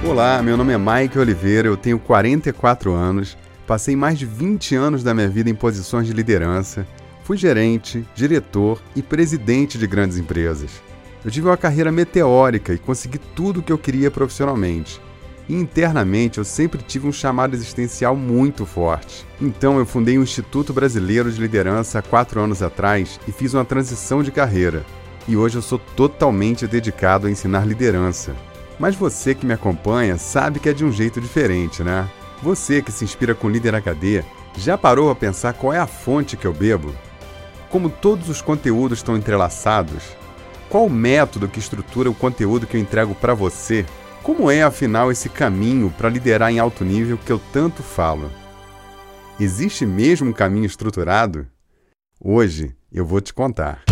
Olá, meu nome é Mike Oliveira, eu tenho 44 anos, passei mais de 20 anos da minha vida em posições de liderança, fui gerente, diretor e presidente de grandes empresas. Eu tive uma carreira meteórica e consegui tudo o que eu queria profissionalmente. E internamente eu sempre tive um chamado existencial muito forte. Então eu fundei o Instituto Brasileiro de Liderança há 4 anos atrás e fiz uma transição de carreira. E hoje eu sou totalmente dedicado a ensinar liderança. Mas você que me acompanha sabe que é de um jeito diferente, né? Você que se inspira com Líder HD, já parou a pensar qual é a fonte que eu bebo? Como todos os conteúdos estão entrelaçados? Qual o método que estrutura o conteúdo que eu entrego para você? Como é, afinal, esse caminho para liderar em alto nível que eu tanto falo? Existe mesmo um caminho estruturado? Hoje eu vou te contar.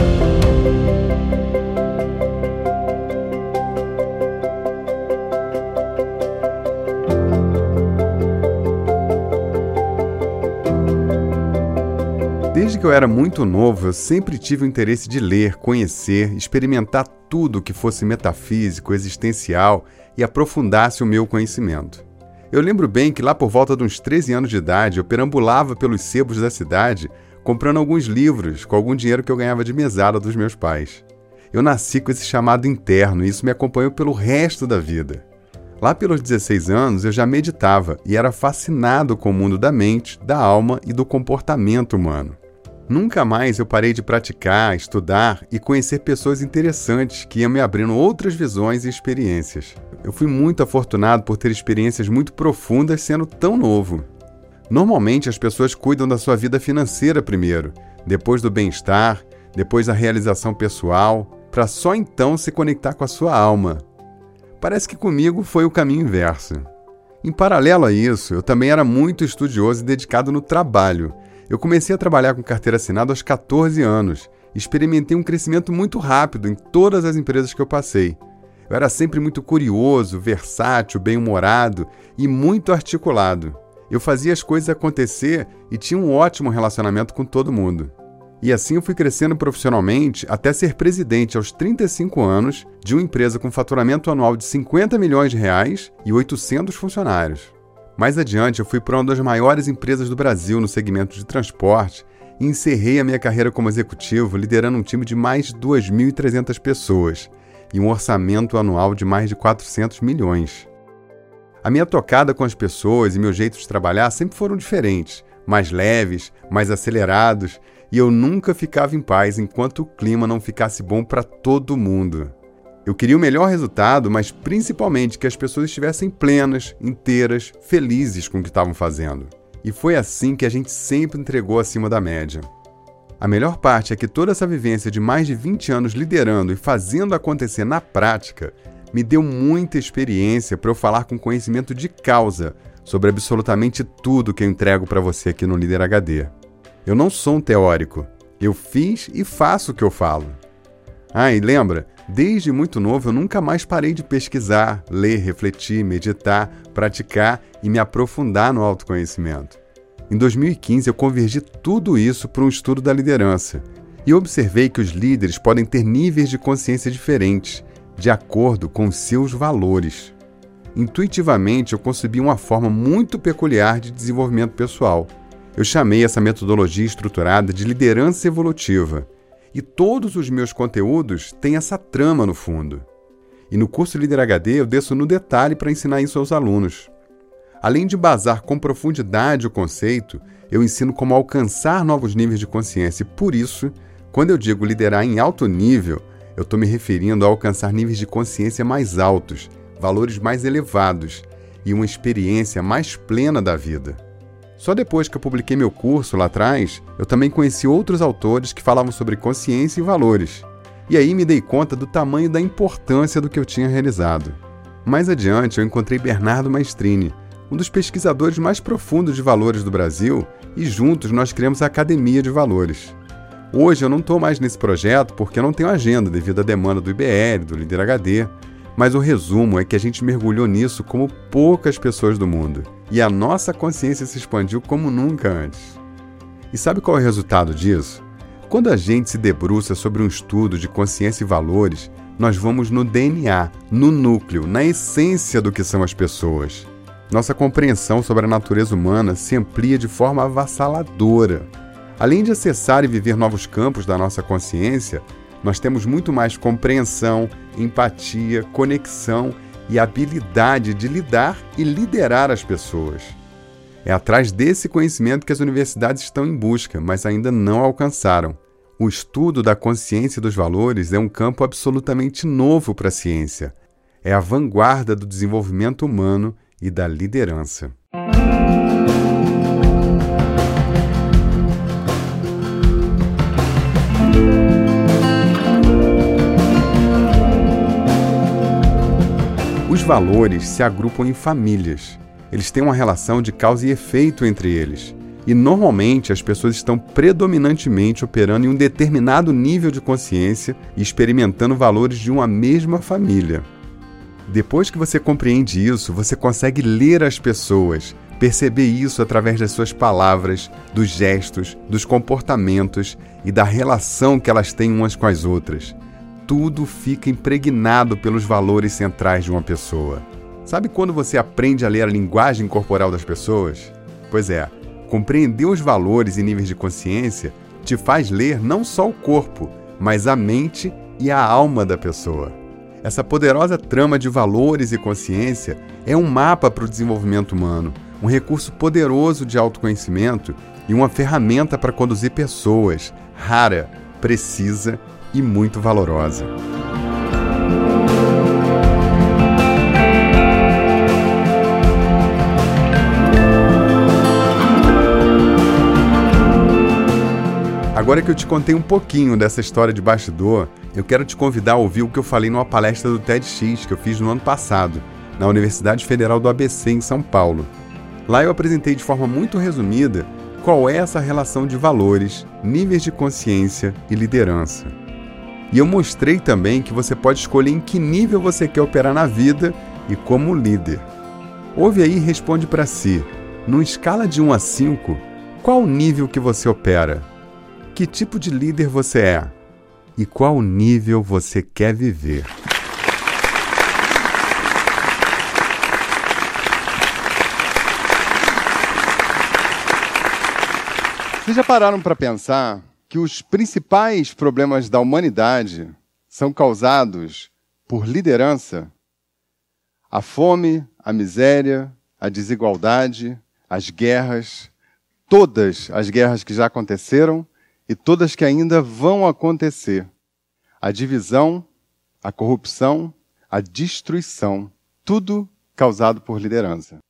Desde que eu era muito novo, eu sempre tive o interesse de ler, conhecer, experimentar tudo que fosse metafísico, existencial e aprofundasse o meu conhecimento. Eu lembro bem que lá por volta de uns 13 anos de idade, eu perambulava pelos sebos da cidade, comprando alguns livros com algum dinheiro que eu ganhava de mesada dos meus pais. Eu nasci com esse chamado interno e isso me acompanhou pelo resto da vida. Lá pelos 16 anos, eu já meditava e era fascinado com o mundo da mente, da alma e do comportamento humano. Nunca mais eu parei de praticar, estudar e conhecer pessoas interessantes que iam me abrindo outras visões e experiências. Eu fui muito afortunado por ter experiências muito profundas sendo tão novo. Normalmente as pessoas cuidam da sua vida financeira primeiro, depois do bem-estar, depois da realização pessoal, para só então se conectar com a sua alma. Parece que comigo foi o caminho inverso. Em paralelo a isso, eu também era muito estudioso e dedicado no trabalho. Eu comecei a trabalhar com carteira assinada aos 14 anos e experimentei um crescimento muito rápido em todas as empresas que eu passei. Eu era sempre muito curioso, versátil, bem-humorado e muito articulado. Eu fazia as coisas acontecer e tinha um ótimo relacionamento com todo mundo. E assim eu fui crescendo profissionalmente até ser presidente aos 35 anos de uma empresa com faturamento anual de 50 milhões de reais e 800 funcionários. Mais adiante, eu fui para uma das maiores empresas do Brasil no segmento de transporte e encerrei a minha carreira como executivo liderando um time de mais de 2.300 pessoas e um orçamento anual de mais de 400 milhões. A minha tocada com as pessoas e meu jeito de trabalhar sempre foram diferentes, mais leves, mais acelerados, e eu nunca ficava em paz enquanto o clima não ficasse bom para todo mundo. Eu queria o melhor resultado, mas principalmente que as pessoas estivessem plenas, inteiras, felizes com o que estavam fazendo. E foi assim que a gente sempre entregou acima da média. A melhor parte é que toda essa vivência de mais de 20 anos liderando e fazendo acontecer na prática me deu muita experiência para eu falar com conhecimento de causa sobre absolutamente tudo que eu entrego para você aqui no Líder HD. Eu não sou um teórico. Eu fiz e faço o que eu falo. E lembra? Desde muito novo eu nunca mais parei de pesquisar, ler, refletir, meditar, praticar e me aprofundar no autoconhecimento. Em 2015 eu convergi tudo isso para um estudo da liderança e observei que os líderes podem ter níveis de consciência diferentes, de acordo com os seus valores. Intuitivamente eu concebi uma forma muito peculiar de desenvolvimento pessoal. Eu chamei essa metodologia estruturada de liderança evolutiva. E todos os meus conteúdos têm essa trama no fundo. E no curso Líder HD eu desço no detalhe para ensinar isso aos alunos. Além de embasar com profundidade o conceito, eu ensino como alcançar novos níveis de consciência. E por isso, quando eu digo liderar em alto nível, eu estou me referindo a alcançar níveis de consciência mais altos, valores mais elevados e uma experiência mais plena da vida. Só depois que eu publiquei meu curso lá atrás, eu também conheci outros autores que falavam sobre consciência e valores. E aí me dei conta do tamanho da importância do que eu tinha realizado. Mais adiante, eu encontrei Bernardo Maestrini, um dos pesquisadores mais profundos de valores do Brasil, e juntos nós criamos a Academia de Valores. Hoje eu não estou mais nesse projeto porque eu não tenho agenda devido à demanda do IBL, do Líder HD, mas o resumo é que a gente mergulhou nisso como poucas pessoas do mundo. E a nossa consciência se expandiu como nunca antes. E sabe qual é o resultado disso? Quando a gente se debruça sobre um estudo de consciência e valores, Nós vamos no DNA, no núcleo, na essência do que são as pessoas. Nossa compreensão sobre a natureza humana se amplia de forma avassaladora. Além de acessar e viver novos campos da nossa consciência, nós temos muito mais compreensão, empatia, conexão e habilidade de lidar e liderar as pessoas. É atrás desse conhecimento que as universidades estão em busca, mas ainda não alcançaram. O estudo da consciência e dos valores é um campo absolutamente novo para a ciência. É a vanguarda do desenvolvimento humano e da liderança. Os valores se agrupam em famílias. Eles têm uma relação de causa e efeito entre eles. E, normalmente, as pessoas estão predominantemente operando em um determinado nível de consciência e experimentando valores de uma mesma família. Depois que você compreende isso, você consegue ler as pessoas, perceber isso através das suas palavras, dos gestos, dos comportamentos e da relação que elas têm umas com as outras. Tudo fica impregnado pelos valores centrais de uma pessoa. Sabe quando você aprende a ler a linguagem corporal das pessoas? Pois é, compreender os valores e níveis de consciência te faz ler não só o corpo, mas a mente e a alma da pessoa. Essa poderosa trama de valores e consciência é um mapa para o desenvolvimento humano, um recurso poderoso de autoconhecimento e uma ferramenta para conduzir pessoas, rara, precisa e muito valorosa. Agora que eu te contei um pouquinho dessa história de bastidor, eu quero te convidar a ouvir o que eu falei numa palestra do TEDx que eu fiz no ano passado, na Universidade Federal do ABC, em São Paulo. Lá eu apresentei de forma muito resumida qual é essa relação de valores, níveis de consciência e liderança. E eu mostrei também que você pode escolher em que nível você quer operar na vida e como líder. Ouve aí e responde para si, numa escala de 1 a 5, qual o nível que você opera? Que tipo de líder você é? E qual nível você quer viver? Vocês já pararam para pensar que os principais problemas da humanidade são causados por liderança? A fome, a miséria, a desigualdade, as guerras, todas as guerras que já aconteceram e todas que ainda vão acontecer. A divisão, a corrupção, a destruição, tudo causado por liderança.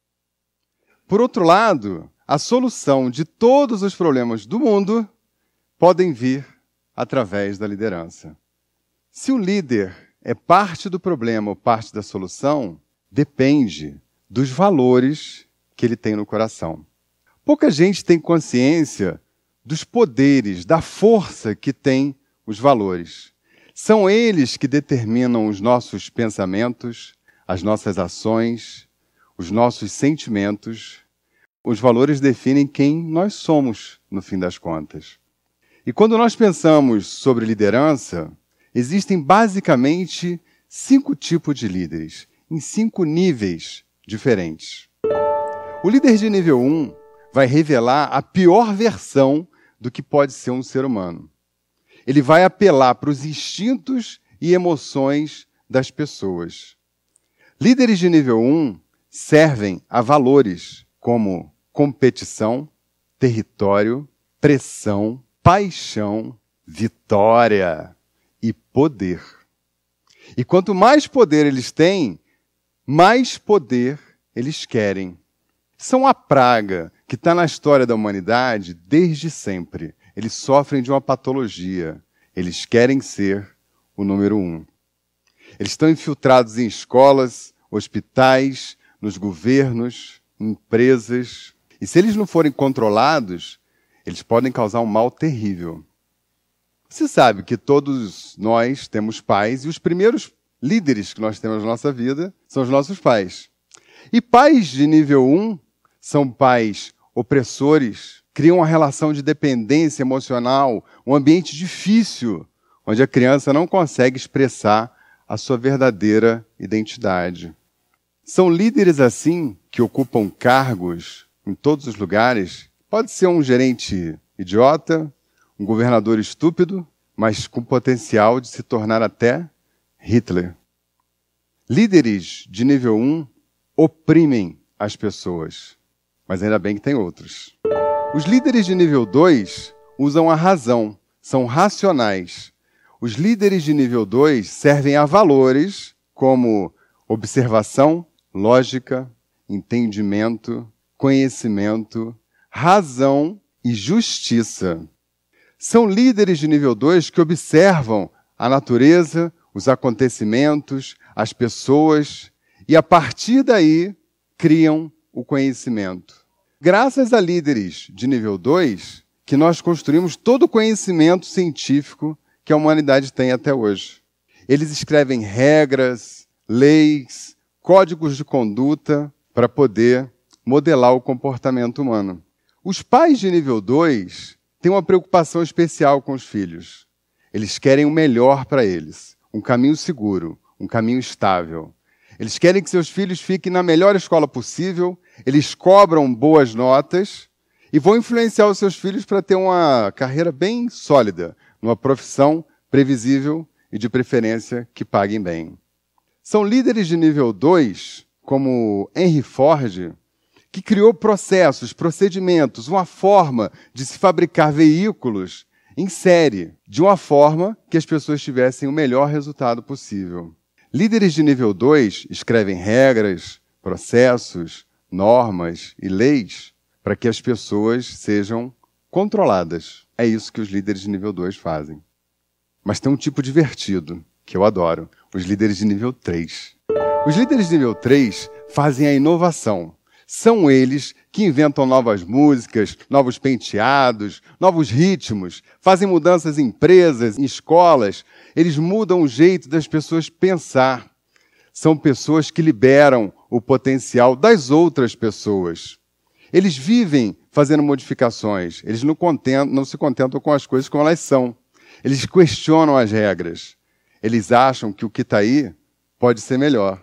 Por outro lado, a solução de todos os problemas do mundo podem vir através da liderança. Se o líder é parte do problema ou parte da solução, depende dos valores que ele tem no coração. Pouca gente tem consciência dos poderes, da força que tem os valores. São eles que determinam os nossos pensamentos, as nossas ações, os nossos sentimentos. Os valores definem quem nós somos, no fim das contas. E quando nós pensamos sobre liderança, existem basicamente 5 tipos de líderes, em 5 níveis diferentes. O líder de nível 1 vai revelar a pior versão do que pode ser um ser humano. Ele vai apelar para os instintos e emoções das pessoas. Líderes de nível 1 servem a valores como competição, território, pressão, paixão, vitória e poder. E quanto mais poder eles têm, mais poder eles querem. São a praga que está na história da humanidade desde sempre. Eles sofrem de uma patologia. Eles querem ser o número 1. Eles estão infiltrados em escolas, hospitais, nos governos, empresas. E se eles não forem controlados, eles podem causar um mal terrível. Você sabe que todos nós temos pais e os primeiros líderes que nós temos na nossa vida são os nossos pais. E pais de nível 1 são pais opressores, criam uma relação de dependência emocional, um ambiente difícil, onde a criança não consegue expressar a sua verdadeira identidade. São líderes assim que ocupam cargos em todos os lugares. Pode ser um gerente idiota, um governador estúpido, mas com potencial de se tornar até Hitler. Líderes de nível 1 oprimem as pessoas, mas ainda bem que tem outros. Os líderes de nível 2 usam a razão, são racionais. Os líderes de nível 2 servem a valores como observação, lógica, entendimento, conhecimento, razão e justiça. São líderes de nível 2 que observam a natureza, os acontecimentos, as pessoas e, a partir daí, criam o conhecimento. Graças a líderes de nível 2, que nós construímos todo o conhecimento científico que a humanidade tem até hoje. Eles escrevem regras, leis, códigos de conduta para poder modelar o comportamento humano. Os pais de nível 2 têm uma preocupação especial com os filhos. Eles querem o melhor para eles, um caminho seguro, um caminho estável. Eles querem que seus filhos fiquem na melhor escola possível, eles cobram boas notas e vão influenciar os seus filhos para ter uma carreira bem sólida, numa profissão previsível e, de preferência, que paguem bem. São líderes de nível 2, como Henry Ford, que criou processos, procedimentos, uma forma de se fabricar veículos em série, de uma forma que as pessoas tivessem o melhor resultado possível. Líderes de nível 2 escrevem regras, processos, normas e leis para que as pessoas sejam controladas. É isso que os líderes de nível 2 fazem. Mas tem um tipo divertido, que eu adoro, os líderes de nível 3. Os líderes de nível 3 fazem a inovação. São eles que inventam novas músicas, novos penteados, novos ritmos, fazem mudanças em empresas, em escolas. Eles mudam o jeito das pessoas pensar. São pessoas que liberam o potencial das outras pessoas. Eles vivem fazendo modificações. Eles não se contentam com as coisas como elas são. Eles questionam as regras. Eles acham que o que está aí pode ser melhor.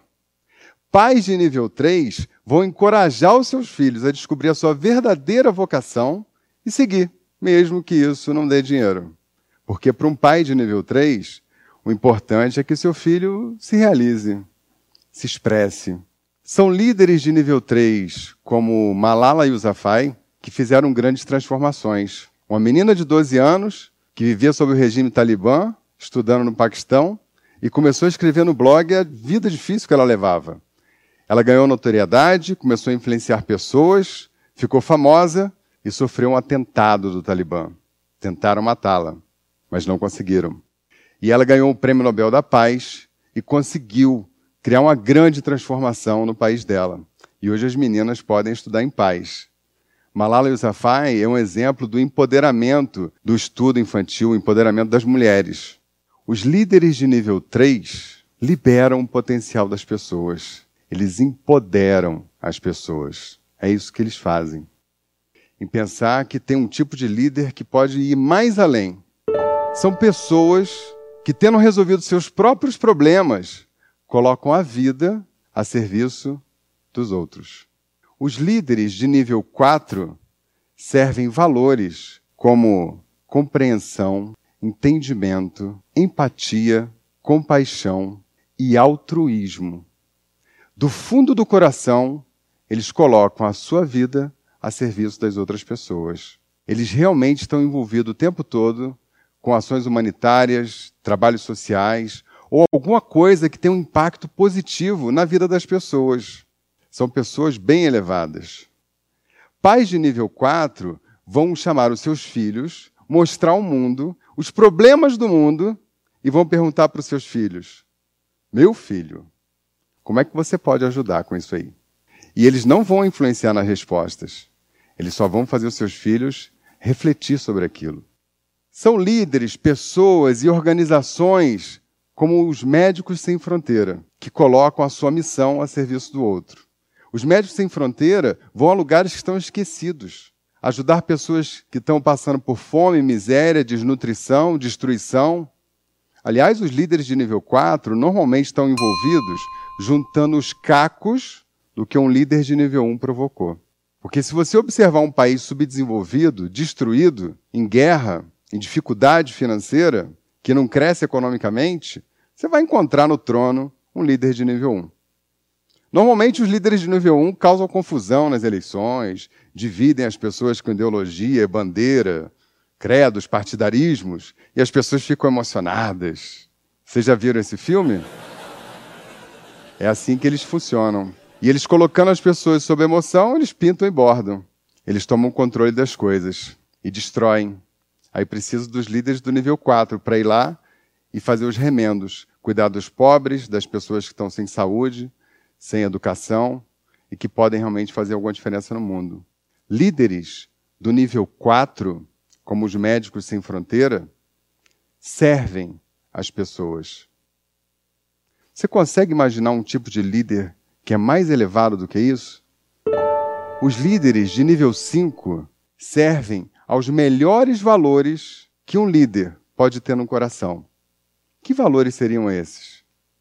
Pais de nível 3 vão encorajar os seus filhos a descobrir a sua verdadeira vocação e seguir, mesmo que isso não dê dinheiro. Porque para um pai de nível 3, o importante é que seu filho se realize, se expresse. São líderes de nível 3, como Malala Yousafzai, que fizeram grandes transformações. Uma menina de 12 anos, que vivia sob o regime talibã, estudando no Paquistão, e começou a escrever no blog a vida difícil que ela levava. Ela ganhou notoriedade, começou a influenciar pessoas, ficou famosa e sofreu um atentado do Talibã. Tentaram matá-la, mas não conseguiram. E ela ganhou o Prêmio Nobel da Paz e conseguiu criar uma grande transformação no país dela. E hoje as meninas podem estudar em paz. Malala Yousafzai é um exemplo do empoderamento do estudo infantil, o empoderamento das mulheres. Os líderes de nível 3 liberam o potencial das pessoas. Eles empoderam as pessoas. É isso que eles fazem. Em pensar que tem um tipo de líder que pode ir mais além. São pessoas que, tendo resolvido seus próprios problemas, colocam a vida a serviço dos outros. Os líderes de nível 4 servem valores como compreensão, entendimento, empatia, compaixão e altruísmo. Do fundo do coração, eles colocam a sua vida a serviço das outras pessoas. Eles realmente estão envolvidos o tempo todo com ações humanitárias, trabalhos sociais, ou alguma coisa que tem um impacto positivo na vida das pessoas. São pessoas bem elevadas. Pais de nível 4 vão chamar os seus filhos, mostrar ao mundo os problemas do mundo e vão perguntar para os seus filhos: meu filho, como é que você pode ajudar com isso aí? E eles não vão influenciar nas respostas. Eles só vão fazer os seus filhos refletir sobre aquilo. São líderes, pessoas e organizações como os Médicos Sem Fronteira, que colocam a sua missão a serviço do outro. Os Médicos Sem Fronteira vão a lugares que estão esquecidos, ajudar pessoas que estão passando por fome, miséria, desnutrição, destruição, Aliás, os líderes de nível 4 normalmente estão envolvidos juntando os cacos do que um líder de nível 1 provocou. Porque se você observar um país subdesenvolvido, destruído, em guerra, em dificuldade financeira, que não cresce economicamente, você vai encontrar no trono um líder de nível 1. Normalmente, os líderes de nível 1 causam confusão nas eleições, dividem as pessoas com ideologia, bandeira, credos, partidarismos, e as pessoas ficam emocionadas. Vocês já viram esse filme? É assim que eles funcionam. E eles colocando as pessoas sob emoção, eles pintam e bordam. Eles tomam controle das coisas e destroem. Aí preciso dos líderes do nível 4 para ir lá e fazer os remendos. Cuidar dos pobres, das pessoas que estão sem saúde, sem educação e que podem realmente fazer alguma diferença no mundo. Líderes do nível 4, como os Médicos Sem Fronteira, servem as pessoas. Você consegue imaginar um tipo de líder que é mais elevado do que isso? Os líderes de nível 5 servem aos melhores valores que um líder pode ter no coração. Que valores seriam esses?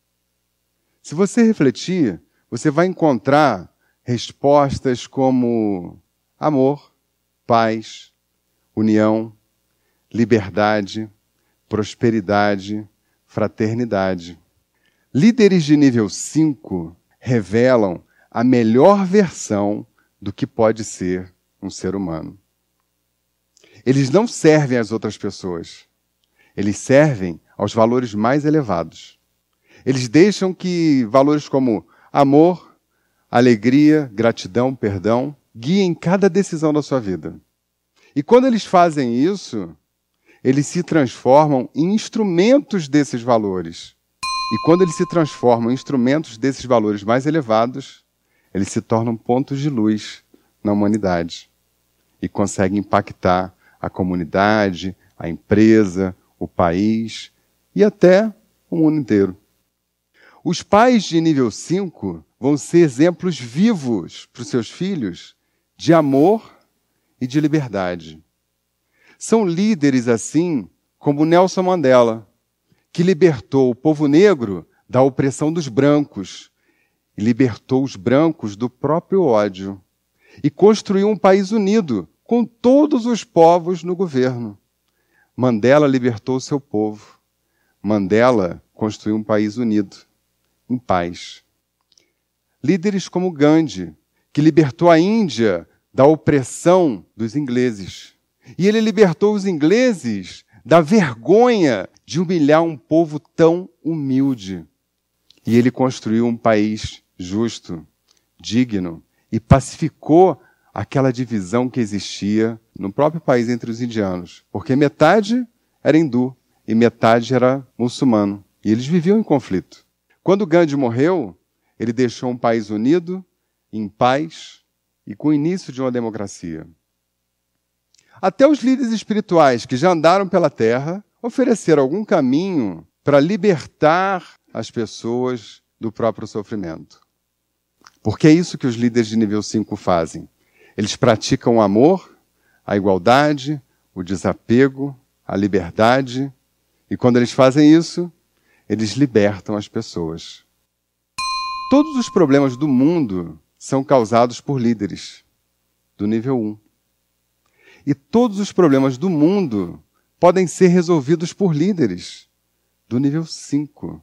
Se você refletir, você vai encontrar respostas como amor, paz, união, liberdade, prosperidade, fraternidade. Líderes de nível 5 revelam a melhor versão do que pode ser um ser humano. Eles não servem às outras pessoas. Eles servem aos valores mais elevados. Eles deixam que valores como amor, alegria, gratidão, perdão, guiem cada decisão da sua vida. E quando eles fazem isso, eles se transformam em instrumentos desses valores. E quando eles se transformam em instrumentos desses valores mais elevados, eles se tornam pontos de luz na humanidade e conseguem impactar a comunidade, a empresa, o país e até o mundo inteiro. Os pais de nível 5 vão ser exemplos vivos para os seus filhos de amor e de liberdade. São líderes assim como Nelson Mandela, que libertou o povo negro da opressão dos brancos e libertou os brancos do próprio ódio e construiu um país unido com todos os povos no governo. Mandela libertou o seu povo. Mandela construiu um país unido, em paz. Líderes como Gandhi, que libertou a Índia da opressão dos ingleses. E ele libertou os ingleses da vergonha de humilhar um povo tão humilde. E ele construiu um país justo, digno, e pacificou aquela divisão que existia no próprio país entre os indianos. Porque metade era hindu e metade era muçulmano. E eles viviam em conflito. Quando Gandhi morreu, ele deixou um país unido, em paz e com o início de uma democracia. Até os líderes espirituais que já andaram pela Terra ofereceram algum caminho para libertar as pessoas do próprio sofrimento. Porque é isso que os líderes de nível 5 fazem. Eles praticam o amor, a igualdade, o desapego, a liberdade. E quando eles fazem isso, eles libertam as pessoas. Todos os problemas do mundo são causados por líderes do nível 1. E todos os problemas do mundo podem ser resolvidos por líderes do nível 5.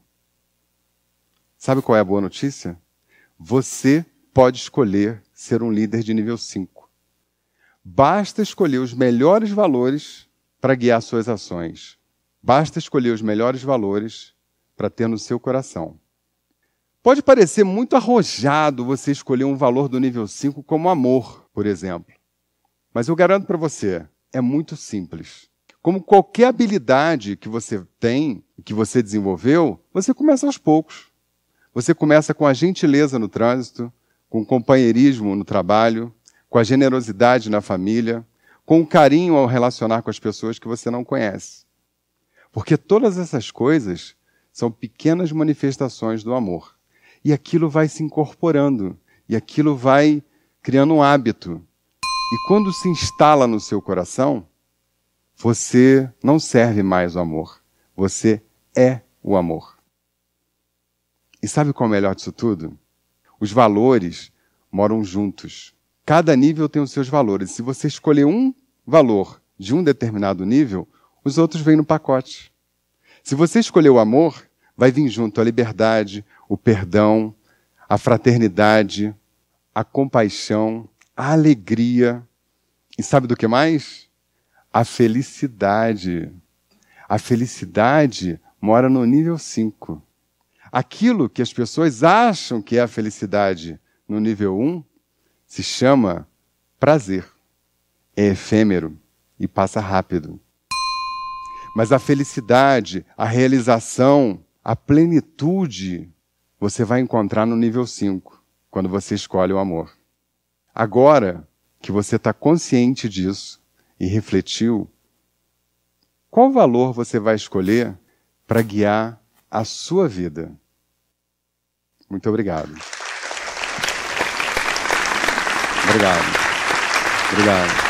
Sabe qual é a boa notícia? Você pode escolher ser um líder de nível 5. Basta escolher os melhores valores para guiar suas ações. Basta escolher os melhores valores para ter no seu coração. Pode parecer muito arrojado você escolher um valor do nível 5 como amor, por exemplo. Mas eu garanto para você, é muito simples. Como qualquer habilidade que você tem, que você desenvolveu, você começa aos poucos. Você começa com a gentileza no trânsito, com o companheirismo no trabalho, com a generosidade na família, com o carinho ao relacionar com as pessoas que você não conhece. Porque todas essas coisas são pequenas manifestações do amor. E aquilo vai se incorporando, e aquilo vai criando um hábito. E quando se instala no seu coração, você não serve mais o amor, você é o amor. E sabe qual é o melhor disso tudo? Os valores moram juntos. Cada nível tem os seus valores. Se você escolher um valor de um determinado nível, os outros vêm no pacote. Se você escolher o amor, vai vir junto a liberdade, o perdão, a fraternidade, a compaixão, a alegria. E sabe do que mais? A felicidade. A felicidade mora no nível 5. Aquilo que as pessoas acham que é a felicidade no nível 1 se chama prazer. É efêmero e passa rápido. Mas a felicidade, a realização, a plenitude, você vai encontrar no nível 5, quando você escolhe o amor. Agora que você está consciente disso e refletiu, qual valor você vai escolher para guiar a sua vida? Muito obrigado. Obrigado.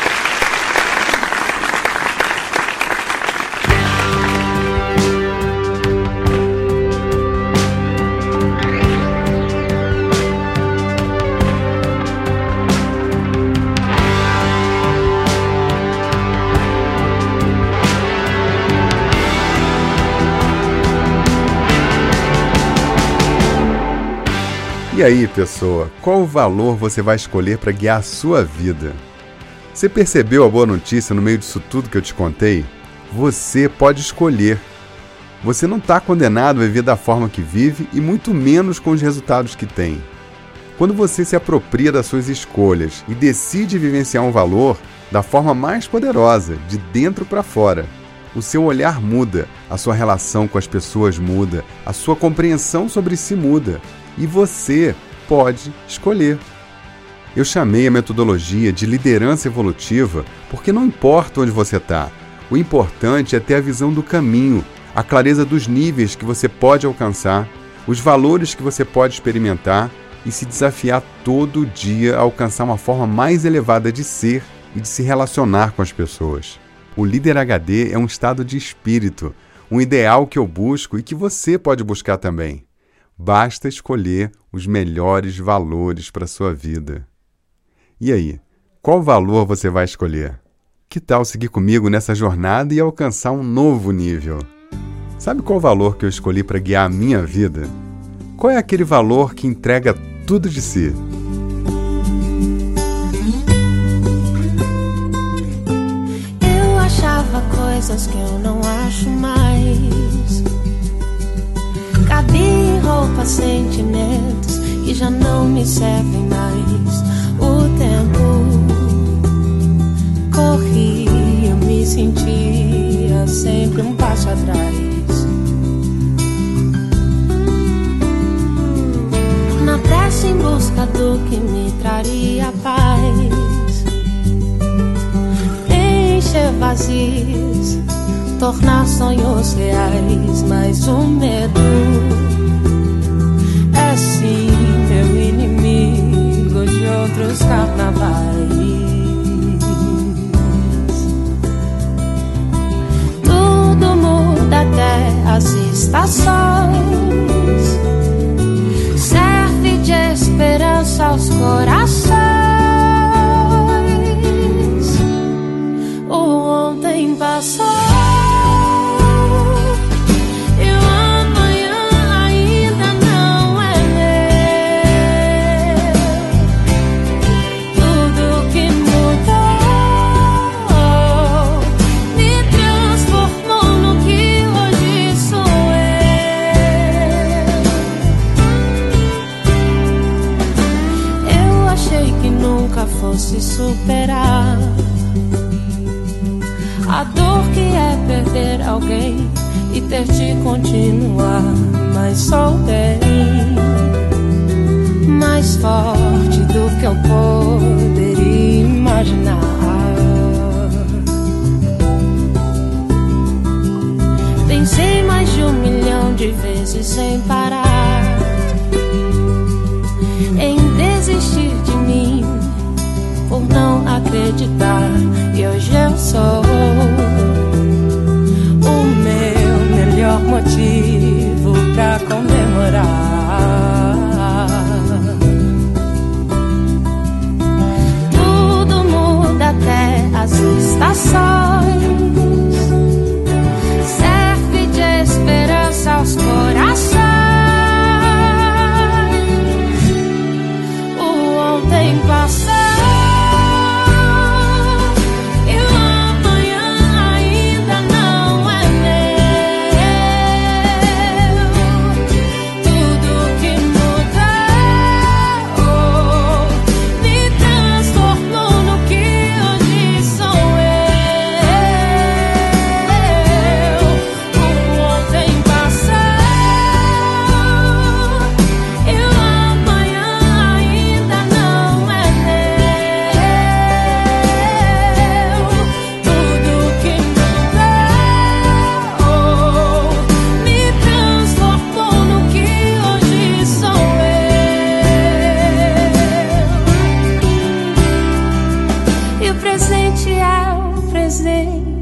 E aí, pessoa, qual o valor você vai escolher para guiar a sua vida? Você percebeu a boa notícia no meio disso tudo que eu te contei? Você pode escolher. Você não está condenado a viver da forma que vive e muito menos com os resultados que tem. Quando você se apropria das suas escolhas e decide vivenciar um valor da forma mais poderosa, de dentro para fora, o seu olhar muda, a sua relação com as pessoas muda, a sua compreensão sobre si muda. E você pode escolher. Eu chamei a metodologia de liderança evolutiva porque não importa onde você está. O importante é ter a visão do caminho, a clareza dos níveis que você pode alcançar, os valores que você pode experimentar e se desafiar todo dia a alcançar uma forma mais elevada de ser e de se relacionar com as pessoas. O Líder HD é um estado de espírito, um ideal que eu busco e que você pode buscar também. Basta escolher os melhores valores para a sua vida. E aí, qual valor você vai escolher? Que tal seguir comigo nessa jornada e alcançar um novo nível? Sabe qual valor que eu escolhi para guiar a minha vida? Qual é aquele valor que entrega tudo de si? Eu achava coisas que eu não acho mais. Cabia em roupas, sentimentos que já não me servem mais. O tempo corria, eu me sentia sempre um passo atrás. Na pressa em busca do que me traria paz, encher vazios, tornar sonhos reais, mas o medo é sim meu inimigo de outros carnavais. Tudo muda até as estações, serve de esperança aos corações. O ontem passou, fosse superar a dor que é perder alguém e ter de continuar, mas sou bem mais forte do que eu poderia imaginar. Pensei mais de 1 milhão de vezes sem parar em desistir de mim por não acreditar, e hoje eu sou o meu melhor motivo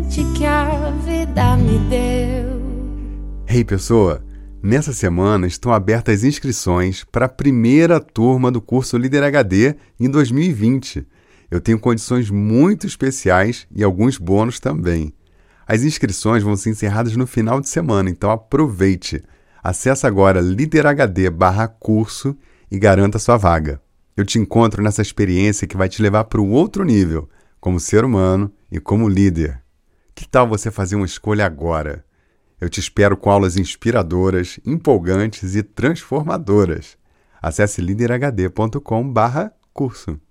presente que a vida me deu. Hey, pessoa! Nessa semana estão abertas as inscrições para a primeira turma do curso Líder HD em 2020. Eu tenho condições muito especiais e alguns bônus também. As inscrições vão ser encerradas no final de semana, então aproveite. Acesse agora liderhd/curso e garanta sua vaga. Eu te encontro nessa experiência que vai te levar para o outro nível, como ser humano e como líder. Que tal você fazer uma escolha agora? Eu te espero com aulas inspiradoras, empolgantes e transformadoras. Acesse liderhd.com/curso.